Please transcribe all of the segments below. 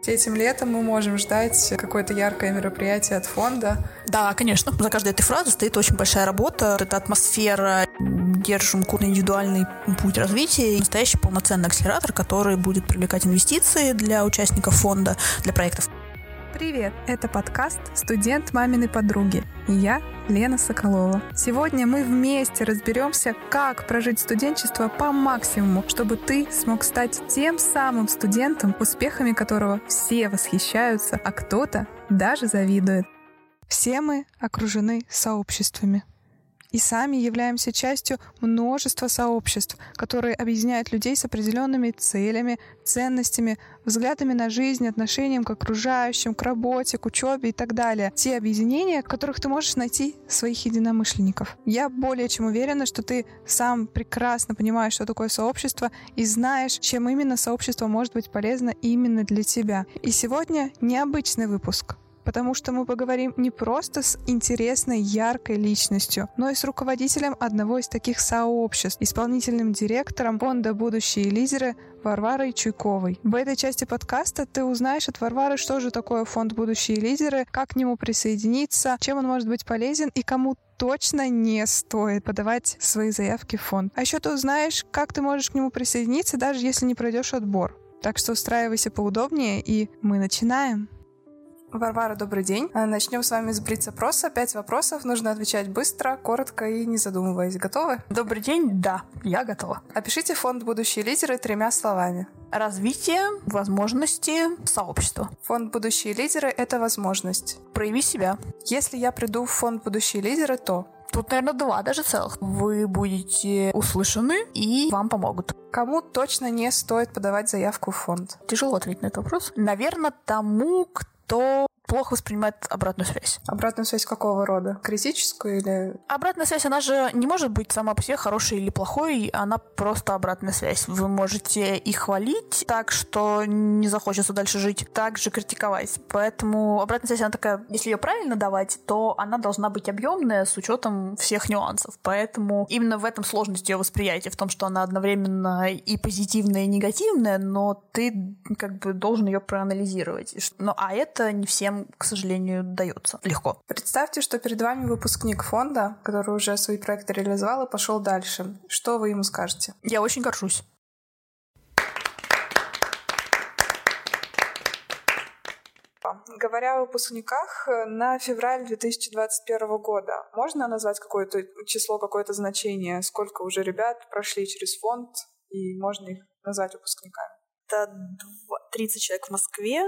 Этим летом мы можем ждать какое-то яркое мероприятие от фонда. Да, конечно. За каждой этой фразой стоит очень большая работа. Это атмосфера. Держим индивидуальный путь развития. Настоящий полноценный акселератор, который будет привлекать инвестиции для участников фонда, для проектов. Привет! Это подкаст «Студент маминой подруги». И я, Лена Соколова. Сегодня мы вместе разберемся, как прожить студенчество по максимуму, чтобы ты смог стать тем самым студентом, успехами которого все восхищаются, а кто-то даже завидует. Все мы окружены сообществами. И сами являемся частью множества сообществ, которые объединяют людей с определенными целями, ценностями, взглядами на жизнь, отношением к окружающим, к работе, к учебе и так далее. Те объединения, в которых ты можешь найти своих единомышленников. Я более чем уверена, что ты сам прекрасно понимаешь, что такое сообщество, и знаешь, чем именно сообщество может быть полезно именно для тебя. И сегодня необычный выпуск. Потому что мы поговорим не просто с интересной, яркой личностью, но и с руководителем одного из таких сообществ, исполнительным директором фонда «Будущие лидеры» Варварой Чуйковой. В этой части подкаста ты узнаешь от Варвары, что же такое фонд «Будущие лидеры», как к нему присоединиться, чем он может быть полезен и кому точно не стоит подавать свои заявки в фонд. А еще ты узнаешь, как ты можешь к нему присоединиться, даже если не пройдешь отбор. Так что устраивайся поудобнее, и мы начинаем. Варвара, добрый день. Начнем с вами с блиц-опроса. 5 вопросов. Нужно отвечать быстро, коротко и не задумываясь. Готовы? Добрый день. Да, я готова. Опишите фонд «Будущие лидеры» 3 словами. Развитие, возможности, сообщество. Фонд «Будущие лидеры» — это возможность. Прояви себя. Если я приду в фонд «Будущие лидеры», то... Тут, наверное, 2 даже целых. Вы будете услышаны и вам помогут. Кому точно не стоит подавать заявку в фонд? Тяжело ответить на этот вопрос. Наверное, тому, кто плохо воспринимает обратную связь. Обратную связь какого рода? Критическую или... Обратная связь, она же не может быть сама по себе хорошей или плохой, она просто обратная связь. Вы можете и хвалить так, что не захочется дальше жить, также критиковать. Поэтому обратная связь, она такая, если ее правильно давать, то она должна быть объемная с учетом всех нюансов. Поэтому именно в этом сложность ее восприятия, в том, что она одновременно и позитивная, и негативная, но ты как бы должен ее проанализировать. А это не всем, к сожалению, дается легко. Представьте, что перед вами выпускник фонда, который уже свои проекты реализовал и пошел дальше. Что вы ему скажете? Я очень горжусь. Говоря о выпускниках, на февраль 2021 года можно назвать какое-то число, какое-то значение, сколько уже ребят прошли через фонд, и можно их назвать выпускниками? Это 30 человек в Москве,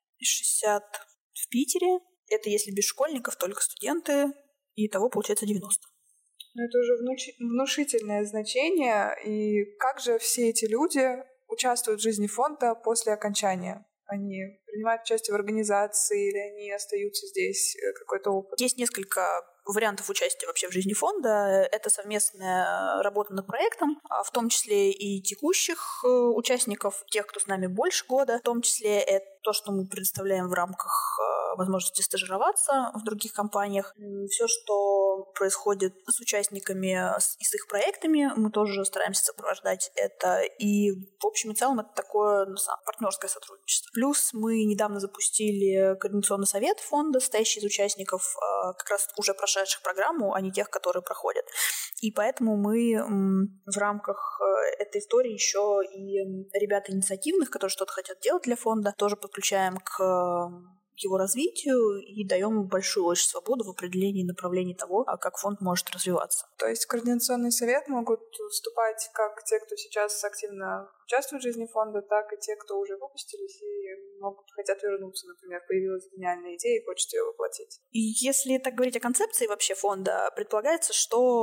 60 в Питере. Это если без школьников, только студенты. И итого получается 90. Ну, это уже внушительное значение. И как же все эти люди участвуют в жизни фонда после окончания? Они принимают участие в организации или они остаются здесь? Какой-то опыт? Есть несколько вариантов участия вообще в жизни фонда. Это совместная работа над проектом, в том числе и текущих участников, тех, кто с нами больше года. В том числе это то, что мы предоставляем в рамках возможности стажироваться в других компаниях. Все, что происходит с участниками и с их проектами, мы тоже стараемся сопровождать это. И в общем и целом это такое партнерское сотрудничество. Плюс мы недавно запустили координационный совет фонда, состоящий из участников как раз уже прошедших программу, а не тех, которые проходят. И поэтому мы в рамках этой истории еще и ребят инициативных, которые что-то хотят делать для фонда, тоже подключаем к его развитию и даем большую очень свободу в определении направлений того, как фонд может развиваться. То есть в координационный совет могут вступать как те, кто сейчас активно участвуют в жизни фонда, так и те, кто уже выпустились и хотят вернуться, например, появилась гениальная идея и хочет ее воплотить. И если так говорить о концепции вообще фонда, предполагается,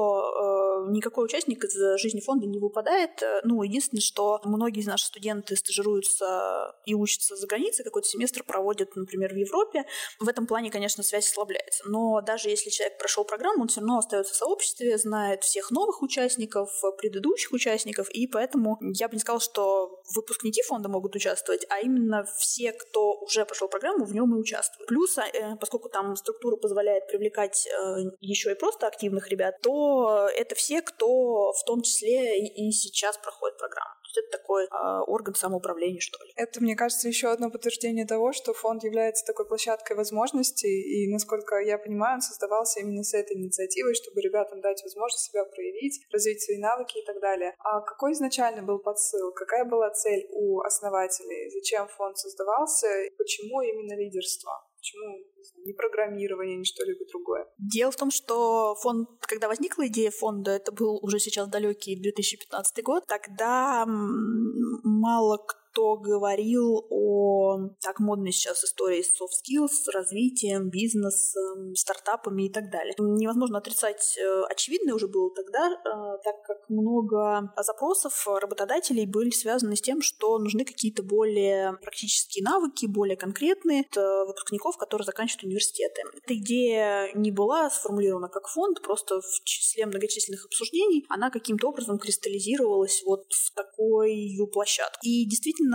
что никакой участник из жизни фонда не выпадает. Единственное, что многие из наших студенты стажируются и учатся за границей, какой-то семестр проводят, например, в Европе. В этом плане, конечно, связь ослабляется. Но даже если человек прошел программу, он все равно остается в сообществе, знает всех новых участников, предыдущих участников, и поэтому я бы не сказала, что выпускники фонда могут участвовать, а именно все, кто уже прошел программу, в нем и участвуют. Плюс, поскольку там структура позволяет привлекать еще и просто активных ребят, то это все, кто в том числе и сейчас проходит программу. То есть это такой орган самоуправления, что ли. Это, мне кажется, еще одно подтверждение того, что фонд является такой площадкой возможностей, и, насколько я понимаю, он создавался именно с этой инициативой, чтобы ребятам дать возможность себя проявить, развить свои навыки и так далее. А какой изначально был подсыл? Какая была цель у основателей? Зачем фонд создавался? Почему именно лидерство? Почему не программирование, ни что-либо другое? Дело в том, что фонд, когда возникла идея фонда, это был уже сейчас далекий 2015 год, тогда мало кто говорил о так модной сейчас истории с soft skills, развитием, бизнесом, стартапами и так далее. Невозможно отрицать очевидное уже было тогда, так как много запросов работодателей были связаны с тем, что нужны какие-то более практические навыки, более конкретные от выпускников, которые заканчивают университеты. Эта идея не была сформулирована как фонд, просто в числе многочисленных обсуждений она каким-то образом кристаллизировалась вот в такую площадку. И действительно,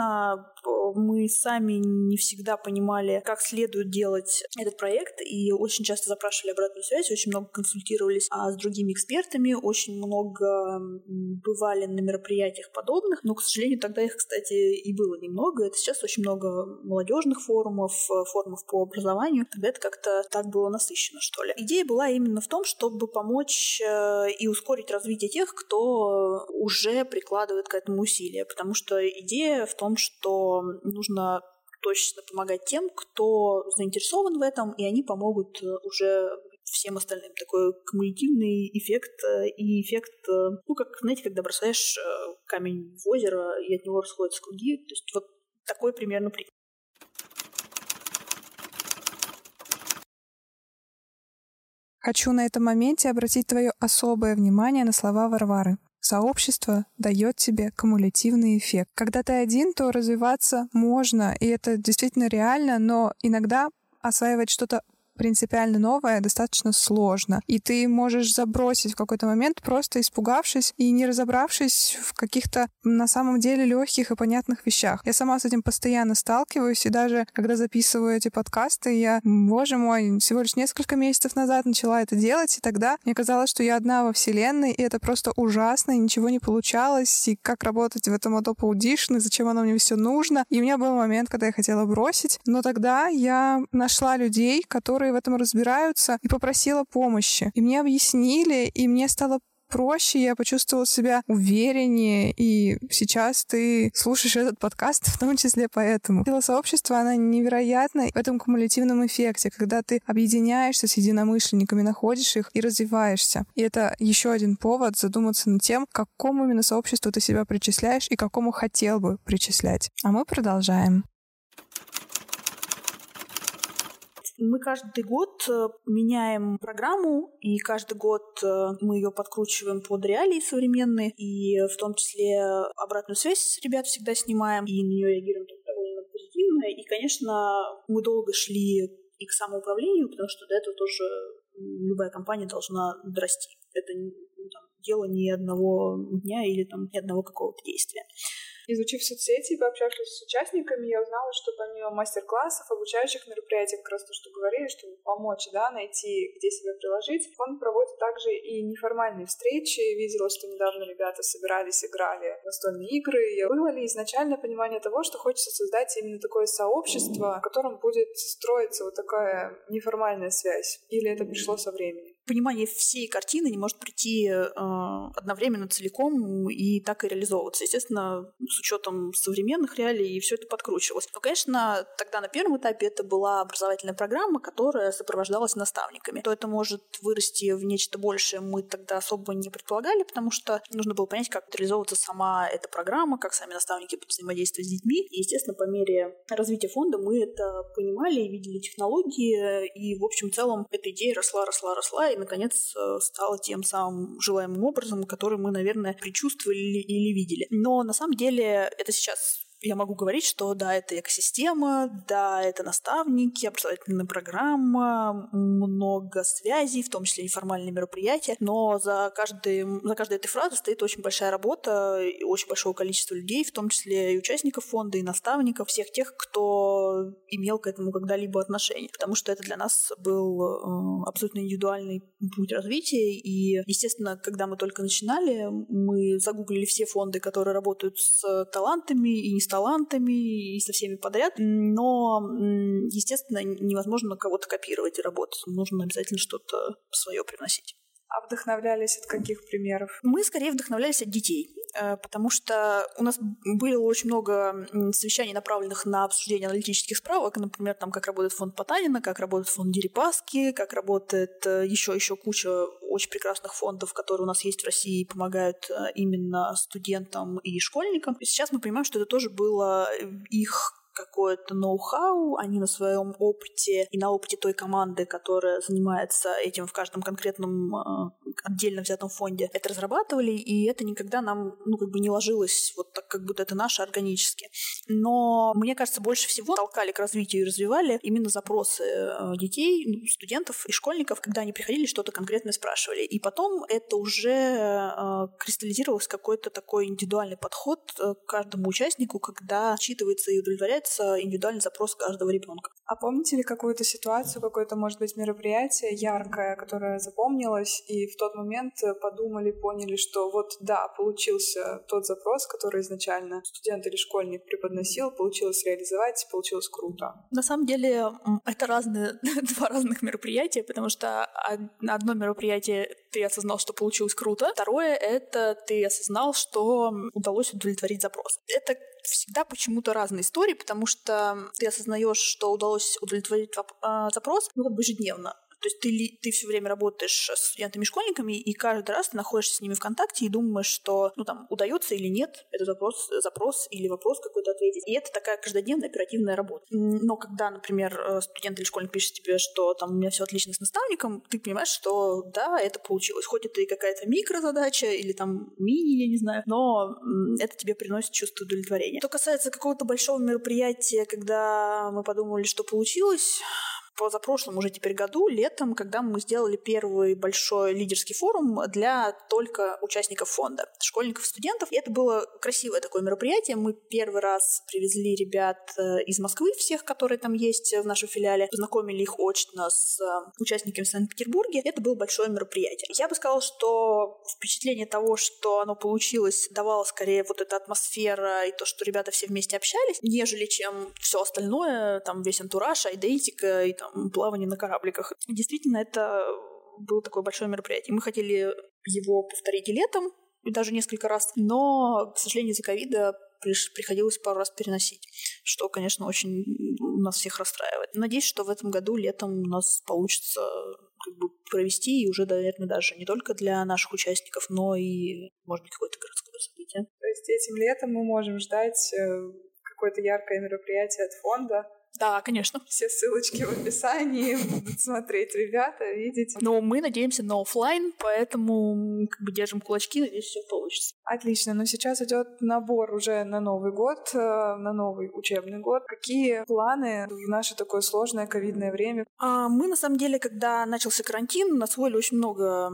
мы сами не всегда понимали, как следует делать этот проект, и очень часто запрашивали обратную связь, очень много консультировались с другими экспертами, очень много бывали на мероприятиях подобных, но, к сожалению, тогда их, кстати, и было немного. Это сейчас очень много молодежных форумов по образованию. Тогда это как-то так было насыщенно, что ли. Идея была именно в том, чтобы помочь и ускорить развитие тех, кто уже прикладывает к этому усилия, потому что идея в том, что нужно точно помогать тем, кто заинтересован в этом, и они помогут уже всем остальным. Такой кумулятивный эффект и эффект, как, знаете, когда бросаешь камень в озеро, и от него расходятся круги. То есть вот такой примерно прикол. Хочу на этом моменте обратить твое особое внимание на слова Варвары. Сообщество дает тебе кумулятивный эффект. Когда ты один, то развиваться можно, и это действительно реально, но иногда осваивать что-то принципиально новое достаточно сложно. И ты можешь забросить в какой-то момент, просто испугавшись и не разобравшись в каких-то на самом деле легких и понятных вещах. Я сама с этим постоянно сталкиваюсь, и даже когда записываю эти подкасты, я, боже мой, всего лишь несколько месяцев назад начала это делать, и тогда мне казалось, что я одна во вселенной, и это просто ужасно, и ничего не получалось, и как работать в этом Adobe Audition, и зачем оно мне все нужно. И у меня был момент, когда я хотела бросить, но тогда я нашла людей, которые в этом разбираются, и попросила помощи. И мне объяснили, и мне стало проще, я почувствовала себя увереннее, и сейчас ты слушаешь этот подкаст в том числе поэтому. Сила сообщества, она невероятна в этом кумулятивном эффекте, когда ты объединяешься с единомышленниками, находишь их и развиваешься. И это еще один повод задуматься над тем, к какому именно сообществу ты себя причисляешь и к какому хотел бы причислять. А мы продолжаем. Мы каждый год меняем программу, и каждый год мы ее подкручиваем под реалии современные, и в том числе обратную связь ребят всегда снимаем, и на нее реагируем довольно позитивно. И, конечно, мы долго шли и к самоуправлению, потому что до этого тоже любая компания должна дорасти. Это дело ни одного дня или ни одного какого-то действия. Изучив соцсети и пообщавшись с участниками, я узнала, что помимо мастер-классов, обучающих мероприятий, как раз то, что говорили, чтобы помочь, найти, где себя приложить, фонд проводит также и неформальные встречи. Видела, что недавно ребята собирались, играли в настольные игры. Было ли изначально понимание того, что хочется создать именно такое сообщество, в котором будет строиться вот такая неформальная связь? Или это пришло со временем? Понимание всей картины не может прийти одновременно целиком и так и реализовываться. Естественно, с учетом современных реалий все это подкручивалось. Но, конечно, тогда на первом этапе это была образовательная программа, которая сопровождалась наставниками. То это может вырасти в нечто большее, мы тогда особо не предполагали, потому что нужно было понять, как реализовывается сама эта программа, как сами наставники будут взаимодействовать с детьми. И, естественно, по мере развития фонда мы это понимали и видели технологии, и, в общем, в целом эта идея росла, и, наконец, стала тем самым желаемым образом, который мы, наверное, предчувствовали или видели. Но, на самом деле, это сейчас я могу говорить, что да, это экосистема, да, это наставники, образовательная программа, много связей, в том числе неформальные мероприятия, но за каждой этой фразой стоит очень большая работа, и очень большое количество людей, в том числе и участников фонда, и наставников, всех тех, кто имел к этому когда-либо отношение, потому что это для нас был абсолютно индивидуальный путь развития, и, естественно, когда мы только начинали, мы загуглили все фонды, которые работают с талантами и не с талантами, и со всеми подряд, но, естественно, невозможно кого-то копировать и работать. Нужно обязательно что-то свое привносить. А вдохновлялись от каких примеров? Мы скорее вдохновлялись от детей, потому что у нас было очень много совещаний, направленных на обсуждение аналитических справок, например, там, как работает фонд Потанина, как работает фонд Дерипаски, как работает еще куча очень прекрасных фондов, которые у нас есть в России и помогают именно студентам и школьникам. И сейчас мы понимаем, что это тоже было их какое-то ноу-хау, они на своем опыте и на опыте той команды, которая занимается этим в каждом конкретном отдельно взятом фонде, это разрабатывали, и это никогда нам, не ложилось вот так, как будто это наше органически. Но, мне кажется, больше всего толкали к развитию и развивали именно запросы детей, студентов и школьников, когда они приходили, что-то конкретное спрашивали. И потом это уже кристаллизировалось какой-то такой индивидуальный подход к каждому участнику, когда учитывается и удовлетворяется индивидуальный запрос каждого ребенка. А помните ли какую-то ситуацию, какое-то, может быть, мероприятие яркое, которое запомнилось, и в тот момент подумали, поняли, что вот да, получился тот запрос, который изначально студент или школьник преподносил, получилось реализовать, получилось круто? На самом деле это два разных мероприятия, потому что на одно мероприятие ты осознал, что получилось круто, второе — это ты осознал, что удалось удовлетворить запрос. Это всегда почему-то разные истории, потому что ты осознаешь, что удалось удовлетворить запрос, ежедневно. То есть ты все время работаешь с студентами и школьниками, и каждый раз ты находишься с ними в контакте и думаешь, что удается или нет этот запрос или вопрос какой-то ответить. И это такая каждодневная оперативная работа. Но когда, например, студент или школьник пишет тебе, что у меня все отлично с наставником, ты понимаешь, что да, это получилось. Хоть это и какая-то микрозадача или мини, я не знаю, но это тебе приносит чувство удовлетворения. Что касается какого-то большого мероприятия, когда мы подумали, что получилось, позапрошлом уже теперь году, летом, когда мы сделали первый большой лидерский форум для только участников фонда, школьников и студентов. И это было красивое такое мероприятие. Мы первый раз привезли ребят из Москвы, всех, которые там есть в нашем филиале, познакомили их очно с участниками в Санкт-Петербурге. Это было большое мероприятие. Я бы сказала, что впечатление того, что оно получилось, давало скорее вот эта атмосфера и то, что ребята все вместе общались, нежели чем все остальное, весь антураж, айдентика и плавание на корабликах. Действительно, это было такое большое мероприятие. Мы хотели его повторить и летом, и даже несколько раз, но, к сожалению, из-за ковида приходилось пару раз переносить, что, конечно, очень нас всех расстраивает. Надеюсь, что в этом году летом у нас получится провести, и уже, наверное, даже не только для наших участников, но и, может быть, какое-то городское событие. То есть этим летом мы можем ждать какое-то яркое мероприятие от фонда? Да, конечно. Все ссылочки в описании, будут смотреть ребята, видеть. Но мы надеемся на офлайн, поэтому держим кулачки, надеюсь, все получится. Отлично, но сейчас идет набор уже на Новый год, на новый учебный год. Какие планы в наше такое сложное ковидное время? Мы, на самом деле, когда начался карантин, освоили очень много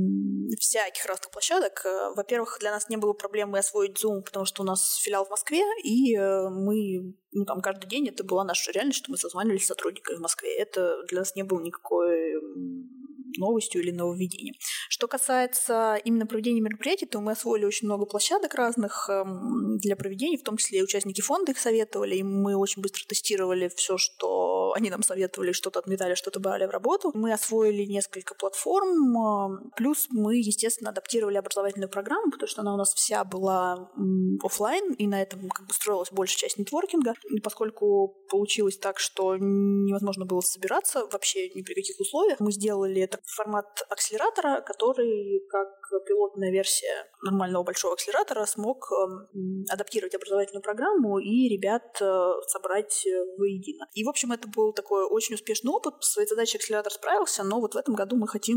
всяких разных площадок. Во-первых, для нас не было проблемы освоить Zoom, потому что у нас филиал в Москве, и мы каждый день это была наша реальность, что мы созванивались с сотрудниками в Москве. Это для нас не было никакой новостью или нововведением. Что касается именно проведения мероприятий, то мы освоили очень много площадок разных для проведения, в том числе и участники фонда их советовали, и мы очень быстро тестировали все, что они нам советовали, что-то отметали, что-то брали в работу. Мы освоили несколько платформ, плюс мы, естественно, адаптировали образовательную программу, потому что она у нас вся была офлайн, и на этом строилась большая часть нетворкинга. И поскольку получилось так, что невозможно было собираться вообще ни при каких условиях, мы сделали это формат акселератора, который как пилотная версия нормального большого акселератора смог адаптировать образовательную программу и ребят собрать воедино. И, в общем, это был такой очень успешный опыт. С своей задачей акселератор справился, но вот в этом году мы хотим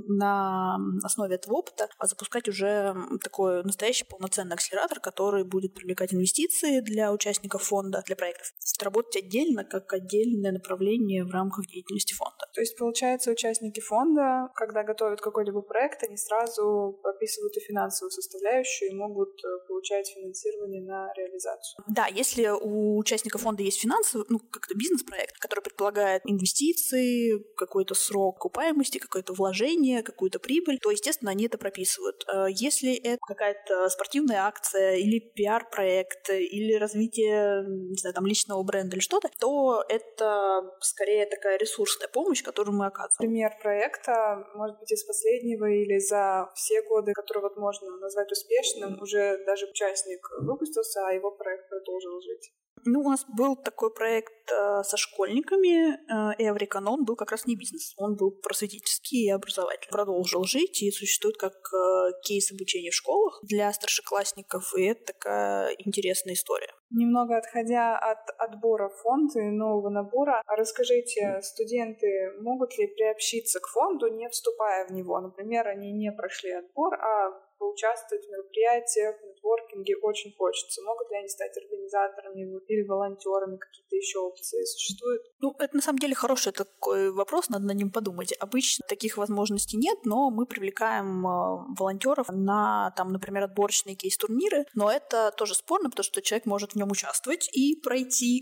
на основе этого опыта запускать уже такой настоящий полноценный акселератор, который будет привлекать инвестиции для участников фонда, для проектов. Работать отдельно, как отдельное направление в рамках деятельности фонда. То есть, получается, участники фонда, когда готовят какой-либо проект, они сразу прописывают и финансовую составляющую и могут получать финансирование на реализацию. Да, если у участника фонда есть финансовый, как-то бизнес-проект, который предполагает инвестиции, какой-то срок окупаемости, какое-то вложение, какую-то прибыль, то, естественно, они это прописывают. Если это какая-то спортивная акция или пиар-проект, или развитие, не знаю, там, личного бренда или что-то, то это скорее такая ресурсная помощь, которую мы оказываем. Пример проекта, может быть, из последнего или за все годы, которые вот можно назвать успешным, уже даже участник выпустился, а его проект продолжил жить. У нас был такой проект со школьниками, Эврика, но он был как раз не бизнес, он был просветительский и образовательный. Продолжил жить и существует как кейс обучения в школах для старшеклассников, и это такая интересная история. Немного отходя от отбора в фонд и нового набора, расскажите, студенты могут ли приобщиться к фонду, не вступая в него? Например, они не прошли отбор, а поучаствовать в мероприятиях, в нетворкинге очень хочется. Могут ли они стать организаторами или волонтерами? Какие-то еще опции существуют? Это на самом деле хороший такой вопрос, надо над ним подумать. Обычно таких возможностей нет, но мы привлекаем волонтеров на, например, отборочные кейс-турниры, но это тоже спорно, потому что человек может в нем участвовать и пройти,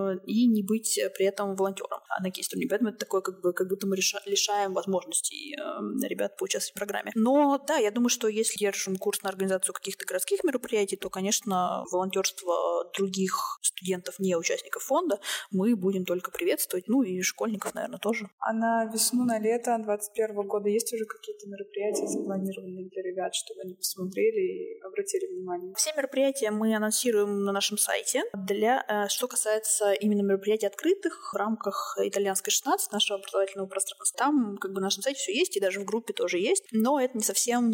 и не быть при этом волонтером на кейс-турнире. Поэтому это такое, как будто мы лишаем возможностей ребят поучаствовать в программе. Но да, я думаю, что если держим курс на организацию каких-то городских мероприятий, то, конечно, волонтерство других студентов, не участников фонда, мы будем только приветствовать, и школьников, наверное, тоже. А на весну, на лето 2021 года есть уже какие-то мероприятия запланированные для ребят, чтобы они посмотрели и обратили внимание? Все мероприятия мы анонсируем на нашем сайте. Что касается именно мероприятий открытых в рамках итальянской 16, нашего образовательного пространства, там на нашем сайте все есть, и даже в группе тоже есть, но это не совсем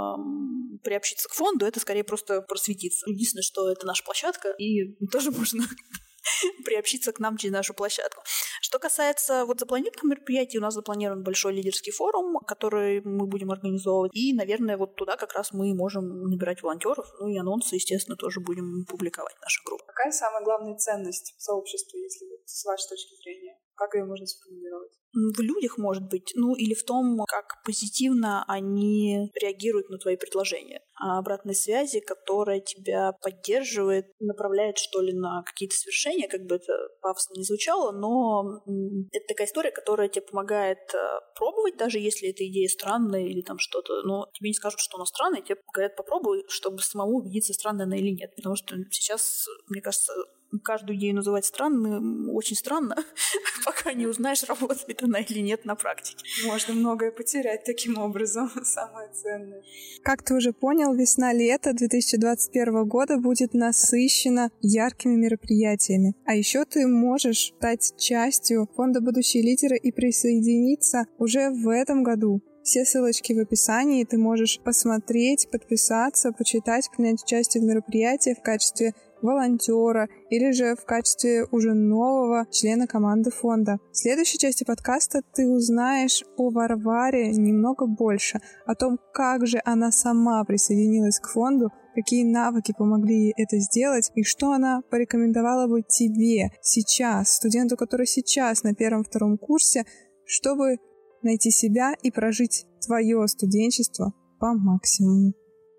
приобщиться к фонду, это скорее просто просветиться. Единственное, что это наша площадка, и тоже можно приобщиться к нам через нашу площадку. Что касается запланированных мероприятий, у нас запланирован большой лидерский форум, который мы будем организовывать, и, наверное, туда как раз мы можем набирать волонтеров, и анонсы, естественно, тоже будем публиковать в нашей группе. Какая самая главная ценность в сообществе, если с вашей точки зрения? Как ее можно сформулировать? В людях, может быть, или в том, как позитивно они реагируют на твои предложения. Обратной связи, которая тебя поддерживает, направляет, что ли, на какие-то свершения, как бы это пафосно не звучало, но это такая история, которая тебе помогает пробовать, даже если эта идея странная или там что-то, но тебе не скажут, что она странная, тебе говорят, попробуй, чтобы самому убедиться, странная она или нет, потому что сейчас, мне кажется, каждую идею называть странной очень странно, пока не узнаешь, работает она или нет на практике. Можно многое потерять таким образом, самое ценное. Как ты уже понял, весна-лето 2021 года будет насыщена яркими мероприятиями. А еще ты можешь стать частью фонда «Будущие лидеры» и присоединиться уже в этом году. Все ссылочки в описании, ты можешь посмотреть, подписаться, почитать, принять участие в мероприятии в качестве волонтера или же в качестве уже нового члена команды фонда. В следующей части подкаста ты узнаешь о Варваре немного больше, о том, как же она сама присоединилась к фонду, какие навыки помогли ей это сделать и что она порекомендовала бы тебе сейчас, студенту, который сейчас на 1-2 курсе, чтобы найти себя и прожить твое студенчество по максимуму.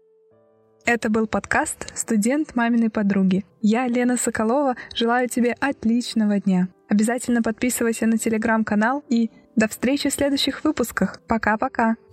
Это был подкаст «Студент маминой подруги». Я, Лена Соколова, желаю тебе отличного дня. Обязательно подписывайся на телеграм-канал и до встречи в следующих выпусках. Пока-пока!